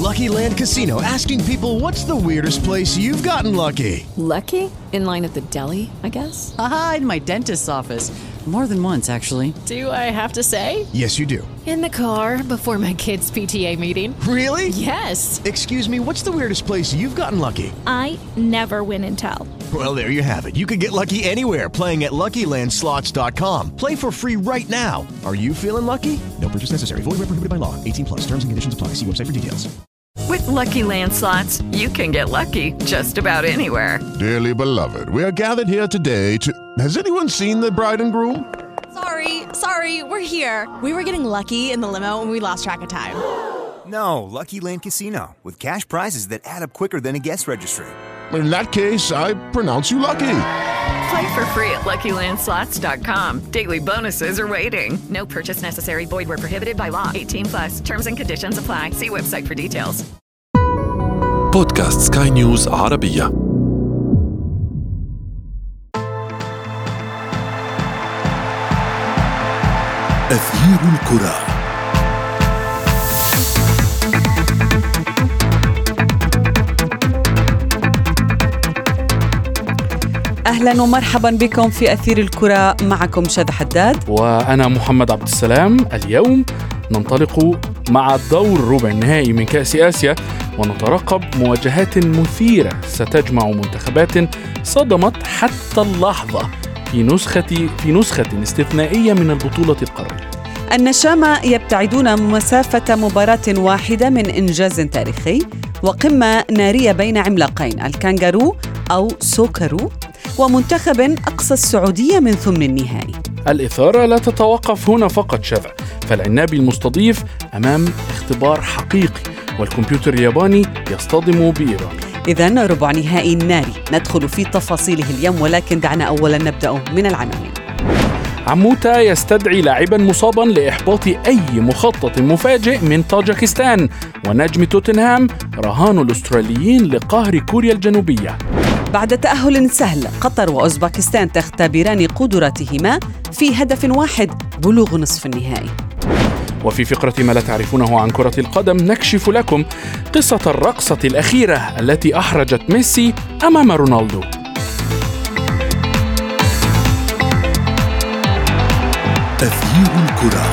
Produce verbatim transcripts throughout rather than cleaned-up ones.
Lucky Land Casino, asking people, what's the weirdest place you've gotten lucky? Lucky? In line at the deli, I guess? Aha, in my dentist's office. More than once, actually. Do I have to say? Yes, you do. In the car before my kids' P T A meeting. Really? Yes. Excuse me, what's the weirdest place you've gotten lucky? I never win and tell. Well, there you have it. You can get lucky anywhere, playing at Lucky Land Slots dot com. Play for free right now. Are you feeling lucky? No purchase necessary. Void where prohibited by law. eighteen plus. Terms and conditions apply. See website for details. With Lucky Land Slots, you can get lucky just about anywhere. Dearly beloved, we are gathered here today to... Has anyone seen the bride and groom? Sorry, sorry, we're here. We were getting lucky in the limo and we lost track of time. No, Lucky Land Casino, with cash prizes that add up quicker than a guest registry. In that case, I pronounce you lucky. Play for free at Lucky Land Slots dot com. Daily bonuses are waiting. No purchase necessary. Void where prohibited by law. eighteen plus. Terms and conditions apply. See website for details. بودكاست سكاي نيوز عربية. أثير الكرة. أهلا ومرحبا بكم في أثير الكرة، معكم شذى حداد وأنا محمد عبد السلام. اليوم ننطلق مع الدور الربع النهائي من كأس آسيا ونترقب مواجهات مثيرة ستجمع منتخبات صدمت حتى اللحظة في نسخة في نسخة استثنائية من البطولة القارية. النشامة يبتعدون مسافة مباراة واحدة من إنجاز تاريخي وقمة نارية بين عملاقين، الكانغارو أو سوكرو ومنتخب أقصى السعودية من ثمن النهائي. الإثارة لا تتوقف هنا فقط شذا، فالعنابي المستضيف أمام اختبار حقيقي والكمبيوتر الياباني يصطدم بإيران. إذن ربع نهائي ناري ندخل في تفاصيله اليوم، ولكن دعنا أولا نبدأ من العناوين. عموتا يستدعي لاعبا مصابا لإحباط أي مخطط مفاجئ من طاجكستان، ونجم توتنهام رهان الأستراليين لقهر كوريا الجنوبية. بعد تأهل سهل قطر وأوزباكستان تختبران قدراتهما في هدف واحد، بلوغ نصف النهائي. وفي فقرة ما لا تعرفونه عن كرة القدم نكشف لكم قصة الرقصة الأخيرة التي أحرجت ميسي أمام رونالدو. أثير الكرة.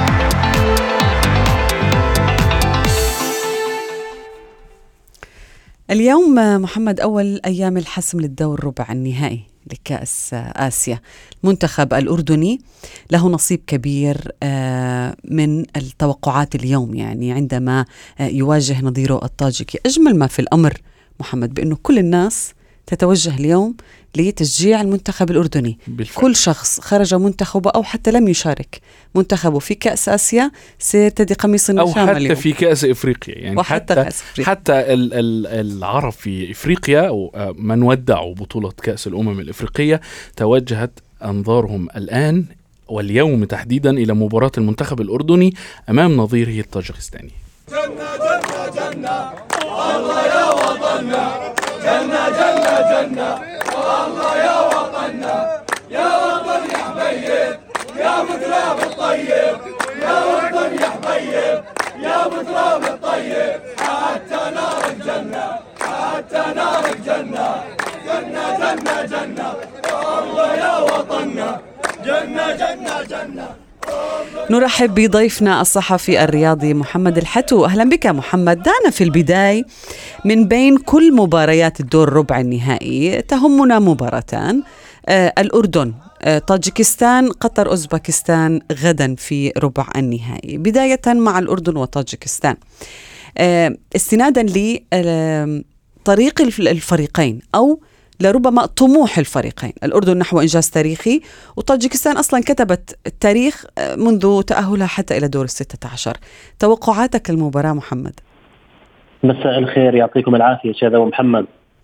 اليوم محمد أول أيام الحسم للدور ربع النهائي لكأس آسيا. المنتخب الأردني له نصيب كبير من التوقعات اليوم، يعني عندما يواجه نظيره الطاجكي. أجمل ما في الأمر محمد بأنه كل الناس تتوجه اليوم لتشجيع المنتخب الأردني بالفعل. كل شخص خرج منتخبه أو حتى لم يشارك منتخبه في كأس آسيا سيرتدي قميص النشامة أو حتى اليوم. في كأس إفريقيا، يعني وحتى حتى, كأس إفريقيا. حتى ال ال العرب في إفريقيا من ودعوا بطولة كأس الأمم الإفريقية توجهت أنظارهم الآن واليوم تحديدا إلى مباراة المنتخب الأردني أمام نظيره الطاجكستاني. جنة جنة جنة الله يا وطننا، جنة جنة جنة الله يا وطننا، يا وطن يا حبيب يا بتراب الطيب، يا وطن يا حبيب يا بتراب الطيب، حتى نار الجنة حتى نار الجنة، جنة جنة جنة الله يا وطننا، جنة جنة جنة. نرحب بضيفنا الصحفي الرياضي محمد الحتو. أهلا بك محمد. دعنا في البداية من بين كل مباريات الدور ربع النهائي تهمنا مباراتان، آه الأردن آه طاجكستان، قطر أوزباكستان غدا في ربع النهائي. بداية مع الأردن وطاجكستان، آه استنادا لطريق الفريقين أو لربما طموح الفريقين. الأردن نحو إنجاز تاريخي، وطاجكستان أصلا كتبت التاريخ منذ تأهلها حتى إلى دور الستة عشر. توقعاتك المباراة محمد؟ مساء الخير، يعطيكم العافية شذا ومحمد.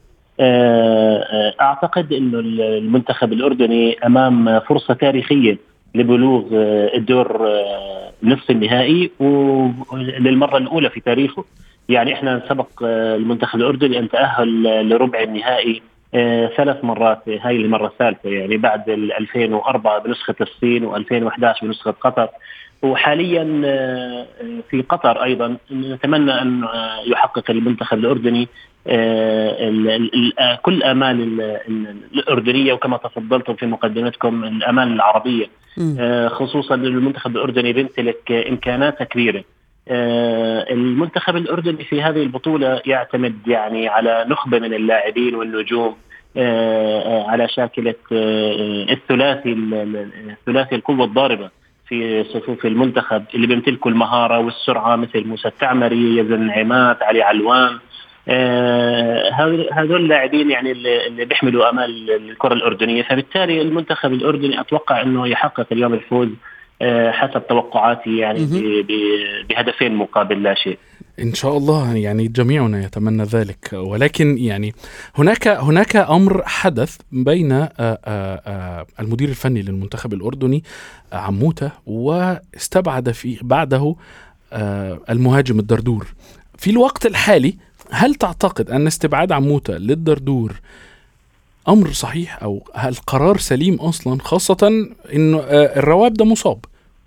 أعتقد أنه المنتخب الأردني أمام فرصة تاريخية لبلوغ الدور نصف النهائي وللمرة الأولى في تاريخه. يعني إحنا سبق المنتخب الأردني أن تأهل لربع النهائي آه ثلاث مرات، هاي المرة الثالثة يعني بعد ألفين وأربعة بنسخة الصين وألفين وأحد عشر بنسخة قطر، وحاليا آه في قطر أيضا. نتمنى أن يحقق المنتخب الأردني آه ال ال كل آمال الأردنية، وكما تفضلتم في مقدمتكم الآمال العربية، آه خصوصا المنتخب الأردني بيمتلك إمكانات كبيرة. آه المنتخب الأردني في هذه البطولة يعتمد يعني على نخبة من اللاعبين والنجوم آه على شاكلة آه الثلاثي الثلاثي القوة الضاربة في صفوف المنتخب اللي بيمتلكوا المهارة والسرعة، مثل موسى التعمري، يزن عماد، علي علوان. آه هذول اللاعبين يعني اللي بيحملوا امال الكرة الأردنية. فبالتالي المنتخب الأردني اتوقع انه يحقق اليوم الفوز آه حسب توقعاتي يعني بهدفين مقابل لا شيء. إن شاء الله، يعني جميعنا يتمنى ذلك. ولكن يعني هناك هناك أمر حدث بين آآ آآ المدير الفني للمنتخب الأردني عموتة، واستبعد في بعده المهاجم الدردور في الوقت الحالي. هل تعتقد أن استبعاد عموتة للدردور أمر صحيح، أو هل قرار سليم أصلا، خاصة إنه الرواب ده مصاب؟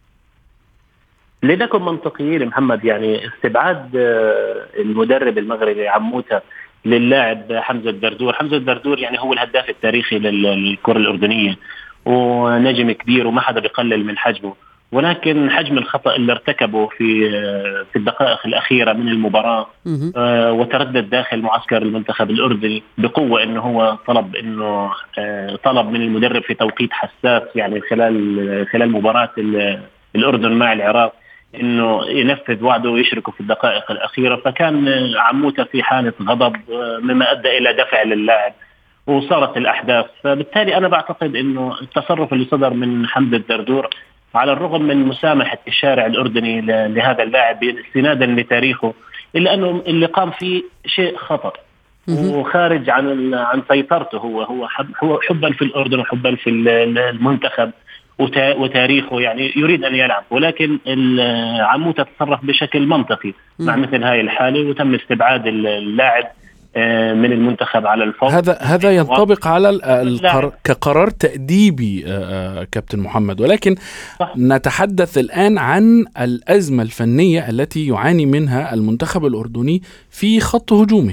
لنكن منطقيين محمد، يعني استبعاد المدرب المغربي عموتة للاعب حمزة الدردور. حمزة الدردور يعني هو الهداف التاريخي للكرة الأردنية، ونجم كبير وما حدا بيقلل من حجمه، ولكن حجم الخطأ اللي ارتكبه في في الدقائق الأخيرة من المباراة آه وتردد داخل معسكر المنتخب الأردني بقوة، إنه هو طلب إنه آه طلب من المدرب في توقيت حساس، يعني خلال خلال مباراة الأردن مع العراق، إنه ينفذ وعده ويشركه في الدقائق الأخيرة. فكان عموتة في حالة غضب مما أدى إلى دفع للاعب وصارت الأحداث. فبالتالي أنا بعتقد إنه التصرف اللي صدر من حمزة الدردور، على الرغم من مسامحة الشارع الأردني لهذا اللاعب استنادا لتاريخه، إلا أنه اللي قام فيه شيء خطأ وخارج عن عن سيطرته. هو هو حب هو حبا في الأردن وحبا في المنتخب وتاريخه، يعني يريد أن يلعب، ولكن عموتة تصرف بشكل منطقي مع مثل هاي الحالة، وتم استبعاد اللاعب من المنتخب على الفور. هذا هذا ينطبق على القرار كقرار تأديبي كابتن محمد، ولكن صح. نتحدث الآن عن الأزمة الفنية التي يعاني منها المنتخب الأردني في خط هجومه.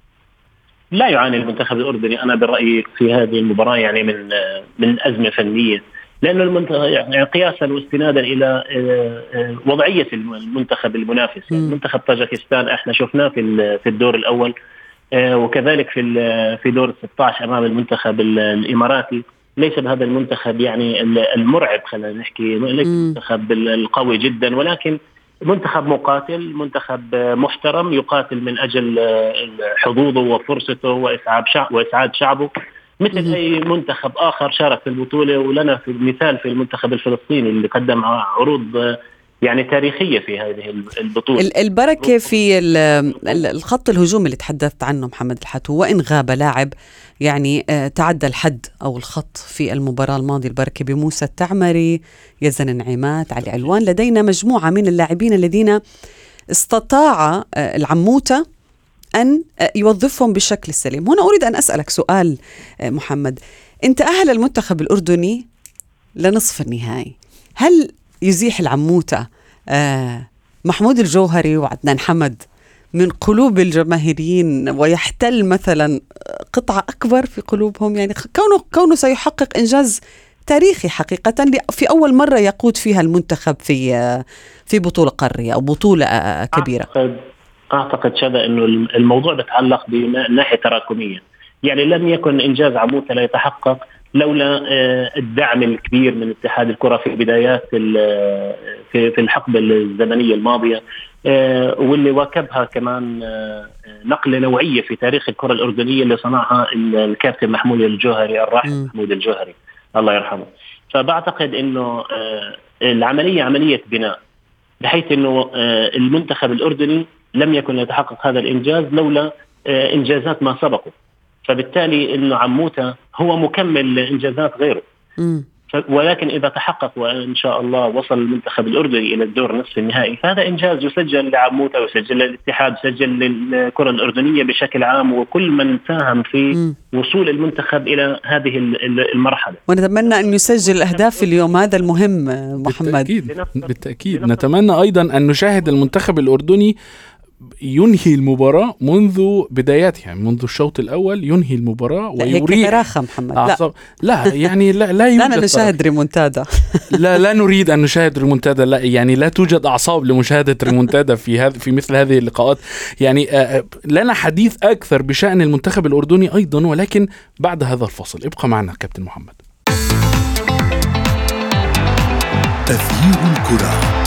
لا يعاني المنتخب الأردني أنا برأيي في هذه المباراة يعني من من أزمة فنية، لأنه المنتخب يعني قياسا واستنادا إلى وضعية المنتخب المنافس. منتخب طاجكستان احنا شفناه في في الدور الأول، وكذلك في في دور ستة عشر أمام المنتخب الإماراتي. ليس بهذا المنتخب يعني المرعب، خلينا نحكي ليس المنتخب القوي جدا، ولكن منتخب مقاتل، منتخب محترم يقاتل من أجل حظوظه وفرصته وإسعاد شعب وإسعاد شعبه، مثل أي منتخب آخر شارك في البطولة. ولنا في مثال في المنتخب الفلسطيني اللي قدم عروض يعني تاريخية في هذه البطولة. البركة في الخط الهجوم اللي تحدثت عنه محمد الحتو، وإن غاب لاعب يعني تعدى الحد أو الخط في المباراة الماضية، البركة بموسى التعمري، يزن عماد، علي علوان. لدينا مجموعة من اللاعبين الذين استطاع العموتة أن يوظفهم بالشكل السليم. هنا أريد أن أسألك سؤال محمد، أنت أهل المنتخب الأردني لنصف النهائي، هل يزيح العموتة آه محمود الجوهري وعدنان حمد من قلوب الجماهيريين ويحتل مثلا قطعة أكبر في قلوبهم؟ يعني كونه كونه سيحقق إنجاز تاريخي حقيقة في أول مرة يقود فيها المنتخب في في بطولة قارية أو بطولة كبيرة. أعتقد أعتقد شذا إنه الموضوع بتعلق بناحية تراكمية، يعني لم يكن إنجاز عموتة لا يتحقق لولا الدعم الكبير من اتحاد الكرة في بدايات في في الحقبة الزمنية الماضية، واللي واكبها كمان نقلة نوعية في تاريخ الكرة الأردنية اللي صنعها الكابتن محمود الجوهري الراحل محمود الجوهري الله يرحمه. فبعتقد إنه العملية عملية بناء، بحيث إنه المنتخب الأردني لم يكن يتحقق هذا الإنجاز لولا إنجازات ما سبقه. فبالتالي إنه عموتة هو مكمل لإنجازات غيره. ولكن إذا تحقق وإن شاء الله وصل المنتخب الأردني إلى الدور نصف النهائي فهذا إنجاز يسجل لعموته ويسجل للاتحاد ويسجل للكرة الأردنية بشكل عام وكل من ساهم في م. وصول المنتخب إلى هذه المرحلة. ونتمنى أن يسجل أهداف اليوم، هذا المهم محمد. بالتأكيد, بالتأكيد. نتمنى أيضا أن نشاهد المنتخب الأردني ينهي المباراة منذ بداياتها، منذ الشوط الأول ينهي المباراة ويريح تراخى محمد. لا. لا يعني لا لا يوجد لا نشاهد ريمونتادا. لا لا نريد أن نشاهد ريمونتادا، لا يعني لا توجد أعصاب لمشاهدة ريمونتادا في هذا في مثل هذه اللقاءات. يعني لنا حديث أكثر بشأن المنتخب الأردني أيضا، ولكن بعد هذا الفصل. ابقى معنا كابتن محمد. تغيير الكرة.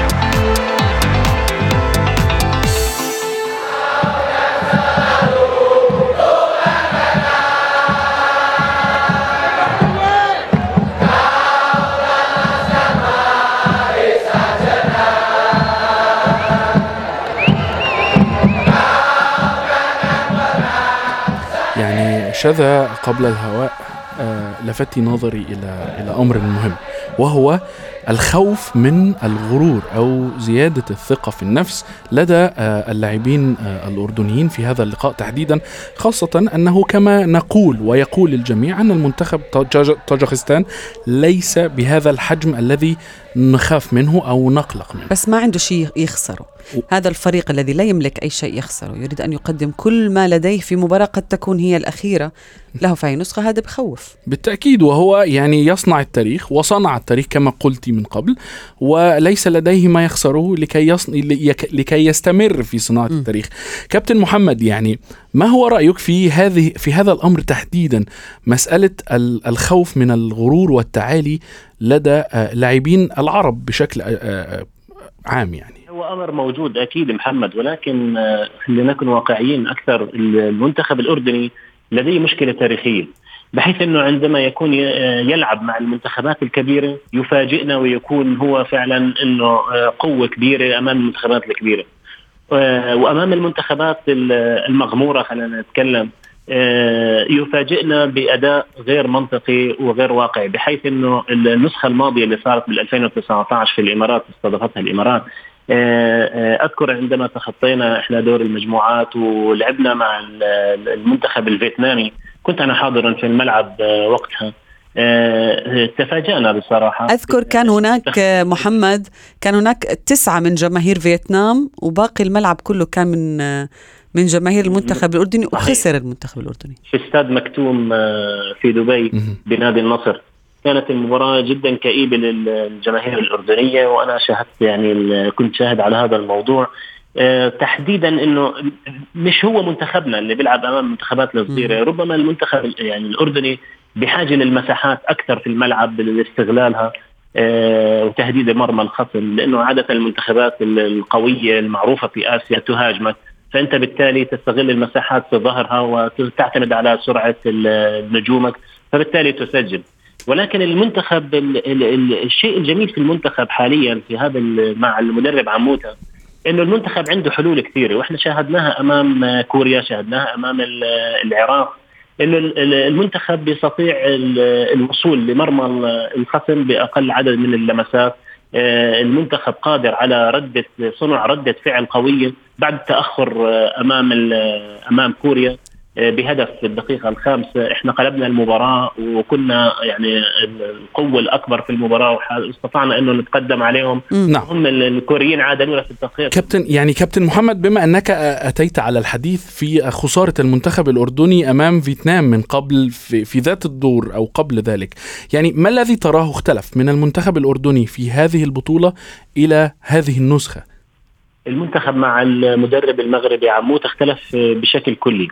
يعني شذا قبل الهواء لفتي نظري إلى إلى أمر مهم، وهو الخوف من الغرور أو زيادة الثقة في النفس لدى اللاعبين الأردنيين في هذا اللقاء تحديدا، خاصة أنه كما نقول ويقول الجميع أن المنتخب طاجيكستان ليس بهذا الحجم الذي نخاف منه أو نقلق منه، بس ما عنده شيء يخسره. هذا الفريق الذي لا يملك أي شيء يخسره يريد أن يقدم كل ما لديه في مباراة قد تكون هي الأخيرة له في أي نسخة. هذا بخوف بالتأكيد، وهو يعني يصنع التاريخ وصنع التاريخ كما قلت من قبل، وليس لديه ما يخسره لكي, يصن... لكي يستمر في صناعة م. التاريخ. كابتن محمد، يعني ما هو رأيك في هذه في هذا الأمر تحديدا، مسألة الخوف من الغرور والتعالي لدى لاعبين العرب بشكل عام؟ يعني هو أمر موجود أكيد محمد، ولكن لنكن واقعيين أكثر. المنتخب الأردني لديه مشكلة تاريخية، بحيث أنه عندما يكون يلعب مع المنتخبات الكبيرة يفاجئنا ويكون هو فعلا أنه قوة كبيرة أمام المنتخبات الكبيرة، وأمام المنتخبات المغمورة خلينا نتكلم يفاجئنا بأداء غير منطقي وغير واقعي. بحيث أنه النسخة الماضية اللي صارت بال ألفين وتسعة عشر في الإمارات استضافتها الإمارات، أذكر عندما تخطينا إحنا دور المجموعات ولعبنا مع المنتخب الفيتنامي، كنت أنا حاضرا في الملعب وقتها، تفاجأنا بصراحة. أذكر كان هناك محمد كان هناك تسعة من جماهير فيتنام وباقي الملعب كله كان من من جماهير المنتخب الأردني، وخسر المنتخب الأردني في استاد مكتوم في دبي بنادي النصر. كانت المباراة جدا كئيبة للجماهير الأردنية، وأنا شاهدت يعني كنت شاهد على هذا الموضوع تحديدا، إنه مش هو منتخبنا اللي بيلعب أمام المنتخبات الصغيرة، ربما المنتخب يعني الأردني بحاجة للمساحات أكثر في الملعب لاستغلالها وتهديد مرمى الخصم، لأنه عادة المنتخبات القوية المعروفة في آسيا تهاجمك، فأنت بالتالي تستغل المساحات في ظهرها وتعتمد على سرعة نجومك، فبالتالي تسجل. ولكن المنتخب ال ال ال الشيء الجميل في المنتخب حاليا في هذا مع المدرب عموته إنه المنتخب عنده حلول كثيرة، وإحنا شاهدناها أمام كوريا، شاهدناها أمام العراق، إنه المنتخب بيستطيع الوصول لمرمى الخصم بأقل عدد من اللمسات. المنتخب قادر على ردة صنع ردة فعل قوية بعد التأخر أمام أمام كوريا بهدف في الدقيقة الخامسة. احنا قلبنا المباراة وكنا يعني القوة الأكبر في المباراة واستطعنا أنه نتقدم عليهم. نعم. هم الكوريين عادلونا في التقييم. كابتن يعني كابتن محمد، بما أنك أتيت على الحديث في خسارة المنتخب الأردني أمام فيتنام من قبل في, في ذات الدور أو قبل ذلك، يعني ما الذي تراه اختلف من المنتخب الأردني في هذه البطولة إلى هذه النسخة؟ المنتخب مع المدرب المغربي عموت اختلف بشكل كلي.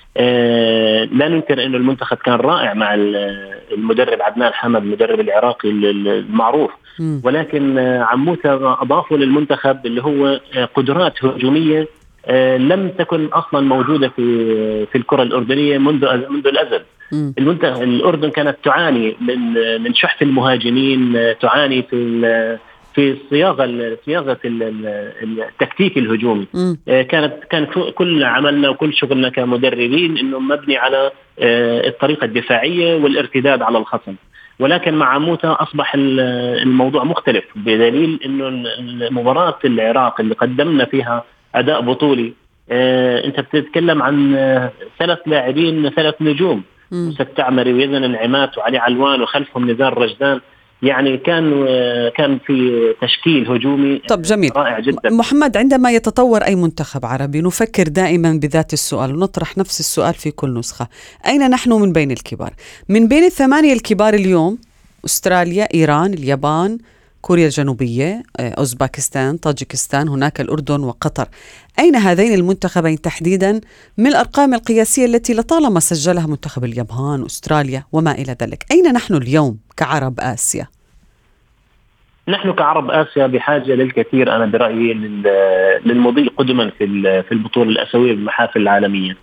آه لا ننكر أن المنتخب كان رائع مع المدرب عدنان حمد المدرب العراقي المعروف، ولكن عموته أضافوا للمنتخب اللي هو قدرات هجومية آه لم تكن أصلا موجودة في في الكرة الأردنية منذ منذ الأزل. المنتخب الأردن كانت تعاني من من شح المهاجمين، تعاني في في صياغه صياغه التكتيك الهجومي. كانت كان كل عملنا وكل شغلنا كمدربين انه مبني على الطريقه الدفاعيه والارتداد على الخصم. ولكن مع عموتة أصبح الموضوع مختلف، بدليل أنه مباراة العراق اللي قدمنا فيها أداء بطولي، آه أنت بتتكلم عن ثلاث لاعبين ثلاث نجوم، سكت عمري ويزن النعمات وعلي علوان وخلفهم نزار رجدان، يعني كان كان في تشكيل هجومي طب جميل. رائع جدا. محمد، عندما يتطور أي منتخب عربي نفكر دائما بذات السؤال ونطرح نفس السؤال في كل نسخة: أين نحن من بين الكبار؟ من بين الثمانية الكبار اليوم أستراليا، إيران، اليابان، كوريا الجنوبية، أوزباكستان، طاجيكستان، هناك الأردن وقطر. أين هذين المنتخبين تحديدا من الأرقام القياسية التي لطالما سجلها منتخب اليابان، أستراليا وما إلى ذلك؟ أين نحن اليوم كعرب آسيا؟ نحن كعرب آسيا بحاجة للكثير أنا برأيي للمضي قدما في في البطولة الآسيوية بالمحافل العالمية.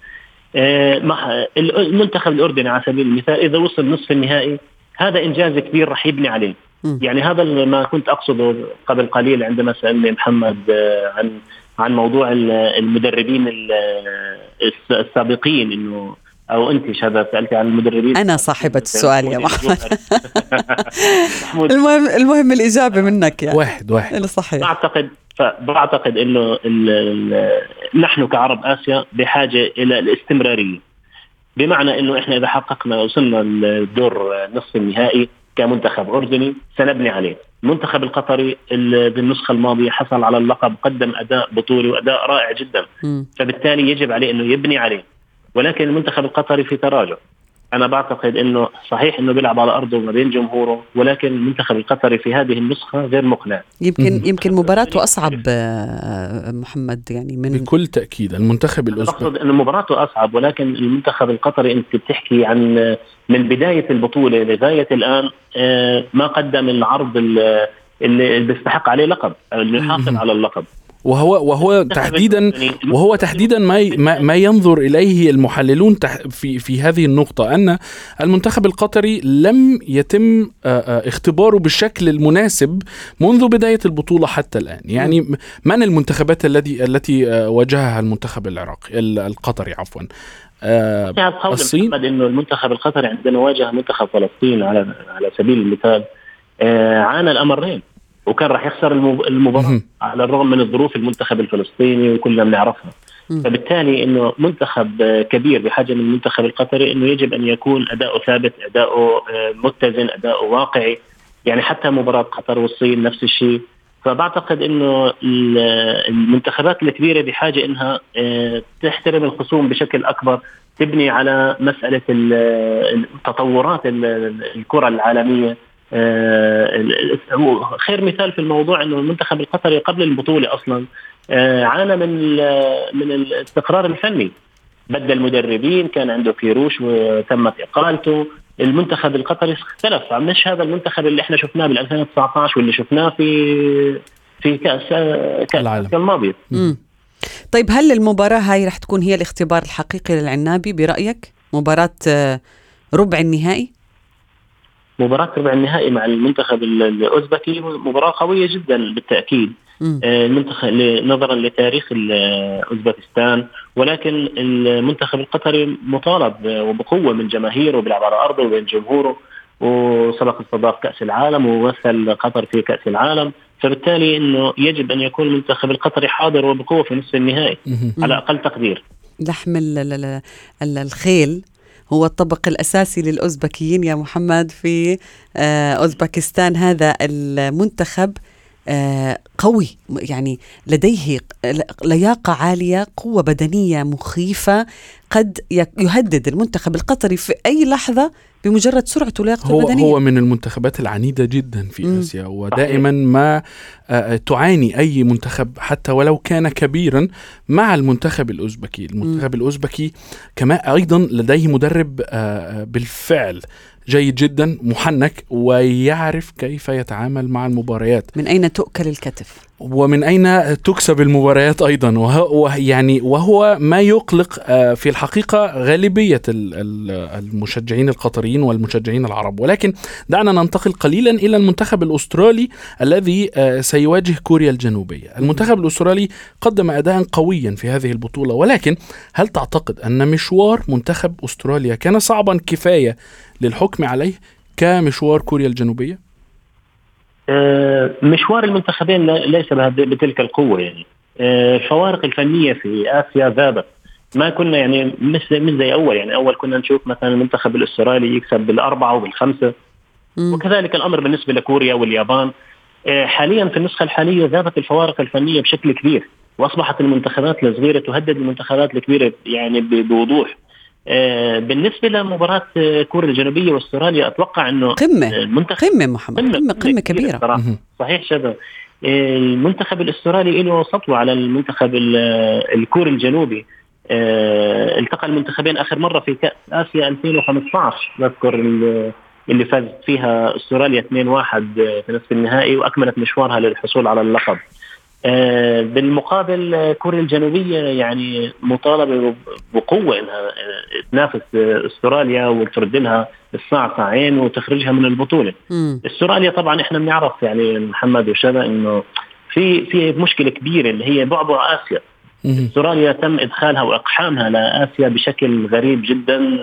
المنتخب الأردني على سبيل المثال إذا وصل نصف النهائي هذا إنجاز كبير رح يبني عليه. يعني هذا ما كنت أقصده قبل قليل عندما سألني محمد عن عن موضوع المدربين السابقين، إنه أو أنت شذا سألتي عن المدربين. أنا صاحبة السؤال يا محمد. المهم المهم الإجابة منك يعني. واحد واحد. صحيح. بعتقد بعتقد إنه نحن كعرب آسيا بحاجة إلى الاستمرارية، بمعنى إنه إحنا إذا حققنا وصلنا الدور نصف النهائي كمنتخب أردني سنبني عليه. المنتخب القطري بالنسخة الماضية حصل على اللقب، قدم أداء بطولي وأداء رائع جدا، م. فبالتالي يجب عليه أنه يبني عليه. ولكن المنتخب القطري في تراجع. أنا بعتقد أنه صحيح أنه بيلعب على أرضه وما بين جمهوره، ولكن المنتخب القطري في هذه النسخة غير مقنع. يمكن يمكن مباراته أصعب محمد، يعني من بكل تأكيد المنتخب الأوزبكي. أقصد أن مباراته أصعب، ولكن المنتخب القطري أنت بتحكي عن من بداية البطولة لغاية الآن ما قدم العرض اللي بيستحق عليه لقب، اللي حاصل على اللقب. وهو وهو تحديدا وهو تحديدا ما ما ينظر اليه المحللون في في هذه النقطه، ان المنتخب القطري لم يتم اختباره بالشكل المناسب منذ بدايه البطوله حتى الان. يعني من المنتخبات التي التي واجهها المنتخب العراقي القطري عفوا آه الصين، انه المنتخب القطري عندما واجه منتخب فلسطين على على سبيل المثال آه عانى الامرين، وكان راح يخسر المباراة على الرغم من الظروف المنتخب الفلسطيني وكلنا بنعرفها. فبالتالي انه منتخب كبير بحاجة من المنتخب القطري انه يجب ان يكون اداؤه ثابت، اداؤه متزن، اداؤه واقعي. يعني حتى مباراة قطر والصين نفس الشيء. فبعتقد انه المنتخبات الكبيرة بحاجة انها تحترم الخصوم بشكل اكبر، تبني على مسألة التطورات الكرة العالمية. آه خير مثال في الموضوع انه المنتخب القطري قبل البطولة اصلا آه عانى من من الاستقرار الفني، بدل مدربين، كان عنده كيروش وتمت اقالته. المنتخب القطري اختلف، مش هذا المنتخب اللي احنا شفناه بال ألفين وتسعة عشر واللي شفناه في في كأس كأس الماضي. طيب هل المباراة هاي رح تكون هي الاختبار الحقيقي للعنابي برأيك؟ مباراة ربع النهائي؟ مباراة ربع النهائي مع المنتخب الأوزبكي مباراة قوية جدا بالتأكيد. المنتخب نظرا لتاريخ أوزبكستان، ولكن المنتخب القطري مطالب وبقوة من جماهيره، بيلعب على أرضه وبين جمهوره، وسبق استضاف كأس العالم ووصل قطر في كأس العالم. فبالتالي إنه يجب أن يكون المنتخب القطري حاضر وبقوة في نصف النهائي على أقل تقدير. لحم الخيل هو الطبق الأساسي للأوزبكيين يا محمد في أوزبكستان. هذا المنتخب قوي، يعني لديه لياقة عالية، قوة بدنية مخيفة، قد يهدد المنتخب القطري في أي لحظة بمجرد سرعته ولياقته هو البدنية. هو من المنتخبات العنيدة جدا في م. آسيا، ودائما ما تعاني أي منتخب حتى ولو كان كبيرا مع المنتخب الأوزبكي. المنتخب م. الأوزبكي كما أيضا لديه مدرب بالفعل جيد جدا، محنك، ويعرف كيف يتعامل مع المباريات، من أين تؤكل الكتف ومن أين تكسب المباريات أيضا. وهو يعني وهو ما يقلق في الحقيقة غالبية المشجعين القطريين والمشجعين العرب. ولكن دعنا ننتقل قليلا إلى المنتخب الأسترالي الذي سيواجه كوريا الجنوبية. المنتخب الأسترالي قدم أداء قويا في هذه البطولة، ولكن هل تعتقد أن مشوار منتخب أستراليا كان صعبا كفاية للحكم عليه؟ كمشوار كوريا الجنوبية؟ مشوار المنتخبين ليس بتلك القوة، يعني الفوارق الفنية في آسيا ذابت. ما كنا يعني مش زي, مش زي أول، يعني أول كنا نشوف مثلا المنتخب الأسترالي يكسب بالأربعة وبالخمسة، م. وكذلك الأمر بالنسبة لكوريا واليابان. حاليا في النسخة الحالية ذابت الفوارق الفنية بشكل كبير، وأصبحت المنتخبات الصغيرة تهدد المنتخبات الكبيرة يعني بوضوح. بالنسبة لمباراة كوريا الجنوبية واستراليا أتوقع أنه قمة قمة محمد قمة, قمة, قمة كبيرة, كبيرة صحيح شذا. المنتخب الأسترالي له سطوة على المنتخب الكوري الجنوبي. التقى المنتخبين آخر مرة في كأس آسيا ألفين وخمسة عشر، نذكر اللي فازت فيها استراليا اثنين واحد في نصف النهائي وأكملت مشوارها للحصول على اللقب. بالمقابل كوريا الجنوبية يعني مطالبة بقوة إنها تنافس استراليا وترد لها الساعة ساعين وتخرجها من البطولة. م. استراليا طبعا إحنا بنعرف يعني محمد وشذا إنه في في مشكلة كبيرة اللي هي بعبع آسيا. م. استراليا تم إدخالها وإقحامها لآسيا بشكل غريب جدا.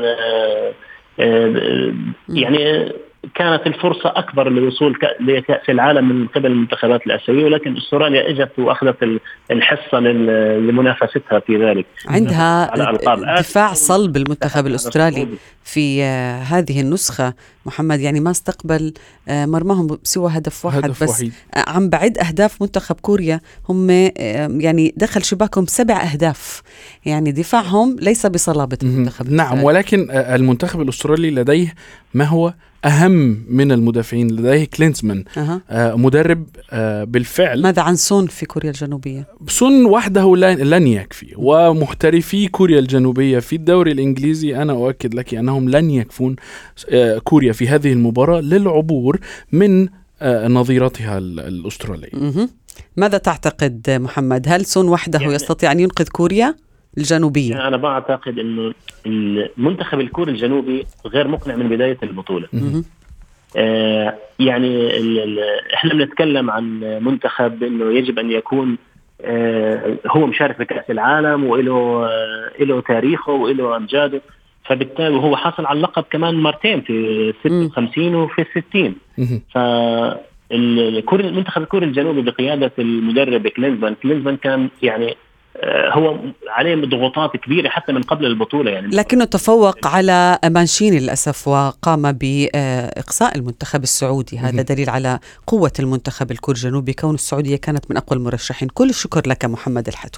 يعني كانت الفرصة أكبر للوصول لكأس العالم من قبل المنتخبات الآسيوية، ولكن استراليا اجت وأخذت الحصة لمنافستها في ذلك. عندها دفاع صلب المنتخب الأسترالي في هذه النسخة محمد، يعني ما استقبل مرماهم سوى هدف واحد هدف بس وحيد. عم بعد أهداف منتخب كوريا هم يعني دخل شباكهم سبع أهداف، يعني دفاعهم ليس بصلابة المنتخب. نعم، ولكن المنتخب الأسترالي لديه ما هو أهم من المدافعين، لديه كلينزمان أه. آه مدرب آه بالفعل. ماذا عن سون في كوريا الجنوبية؟ سون وحده لن يكفي، ومحترفي كوريا الجنوبية في الدوري الإنجليزي أنا أؤكد لك أنهم لن يكفون آه كوريا في هذه المباراة للعبور من آه نظيرتها الأسترالية. مه. ماذا تعتقد محمد؟ هل سون وحده يعني يستطيع أن ينقذ كوريا الجنوبية؟ يعني أنا بعتقد إنه المنتخب الكوري الجنوبي غير مقنع من بداية البطولة. آه يعني ال ال إحنا بنتكلم عن منتخب إنه يجب أن يكون آه هو مشارك في كأس العالم وإله آه إله تاريخه وإله أمجاده، فبالتالي هو حصل على اللقب كمان مرتين في ستة وخمسين وفي الستين. فالكوري المنتخب الكوري الجنوبي بقيادة المدرب كلينزمان كلينزمان كان يعني هو عليه ضغوطات كبيرة حتى من قبل البطولة يعني، لكنه تفوق على مانشيني للأسف وقام بإقصاء المنتخب السعودي. هذا دليل على قوة المنتخب الكوري الجنوبي، كون السعودية كانت من أقوى المرشحين. كل الشكر لك محمد الحتو.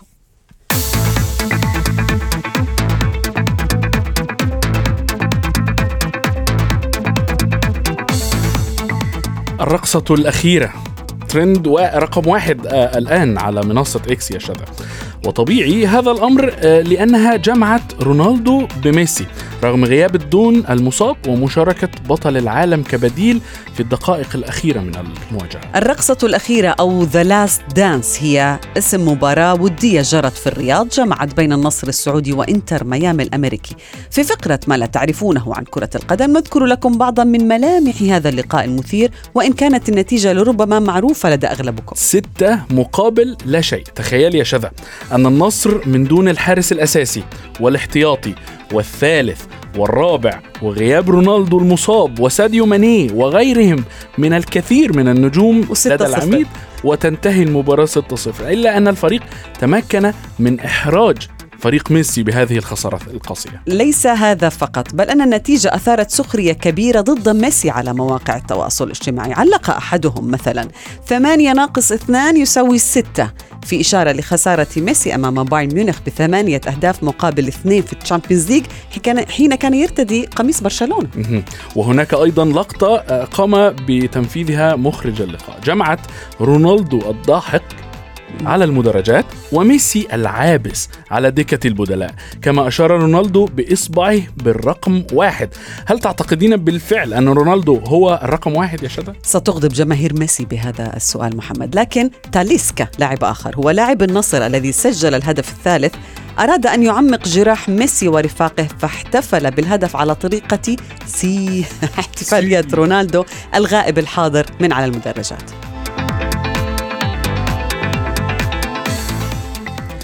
الرقصة الأخيرة ترند ورقم واحد آه الآن على منصة إكس يا شذا، وطبيعي هذا الأمر آه لأنها جمعت رونالدو بميسي رغم غياب الدون المصاب ومشاركة بطل العالم كبديل في الدقائق الأخيرة من المواجهة. الرقصة الأخيرة أو The Last Dance هي اسم مباراة ودية جرت في الرياض جمعت بين النصر السعودي وإنتر ميامي الأمريكي. في فقرة ما لا تعرفونه عن كرة القدم نذكر لكم بعضا من ملامح هذا اللقاء المثير، وإن كانت النتيجة لربما معروفة لدى أغلبكم. ستة مقابل لا شيء. تخيل يا شذا أن النصر من دون الحارس الأساسي والاحتياطي والثالث والرابع وغياب رونالدو المصاب وساديو ماني وغيرهم من الكثير من النجوم لدى العميد، وتنتهي المباراة ستة صفر، إلا أن الفريق تمكن من إحراج فريق ميسي بهذه الخسارة القاسية. ليس هذا فقط، بل أن النتيجة أثارت سخرية كبيرة ضد ميسي على مواقع التواصل الاجتماعي. علق أحدهم مثلا ثمانية ناقص اثنان يساوي ستة، في إشارة لخسارة ميسي أمام بايرن ميونخ بثمانية أهداف مقابل اثنين في الشامبيونز ليج حين كان يرتدي قميص برشلونة. وهناك أيضا لقطة قام بتنفيذها مخرج اللقاء جمعت رونالدو الضاحك على المدرجات وميسي العابس على دكة البدلاء، كما أشار رونالدو بإصبعه بالرقم واحد. هل تعتقدين بالفعل أن رونالدو هو الرقم واحد يا شذا؟ ستغضب جماهير ميسي بهذا السؤال محمد، لكن تاليسكا لاعب آخر هو لاعب النصر الذي سجل الهدف الثالث أراد أن يعمق جراح ميسي ورفاقه، فاحتفل بالهدف على طريقة سي احتفالية رونالدو الغائب الحاضر من على المدرجات.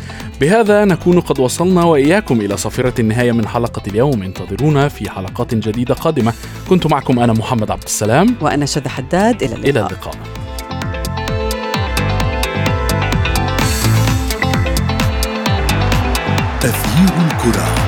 بهذا نكون قد وصلنا وإياكم إلى صافرة النهاية من حلقة اليوم. انتظرونا في حلقات جديدة قادمة. كنت معكم أنا محمد عبد السلام وأنا شذى حداد. إلى اللقاء, إلى اللقاء. أثير الكرة.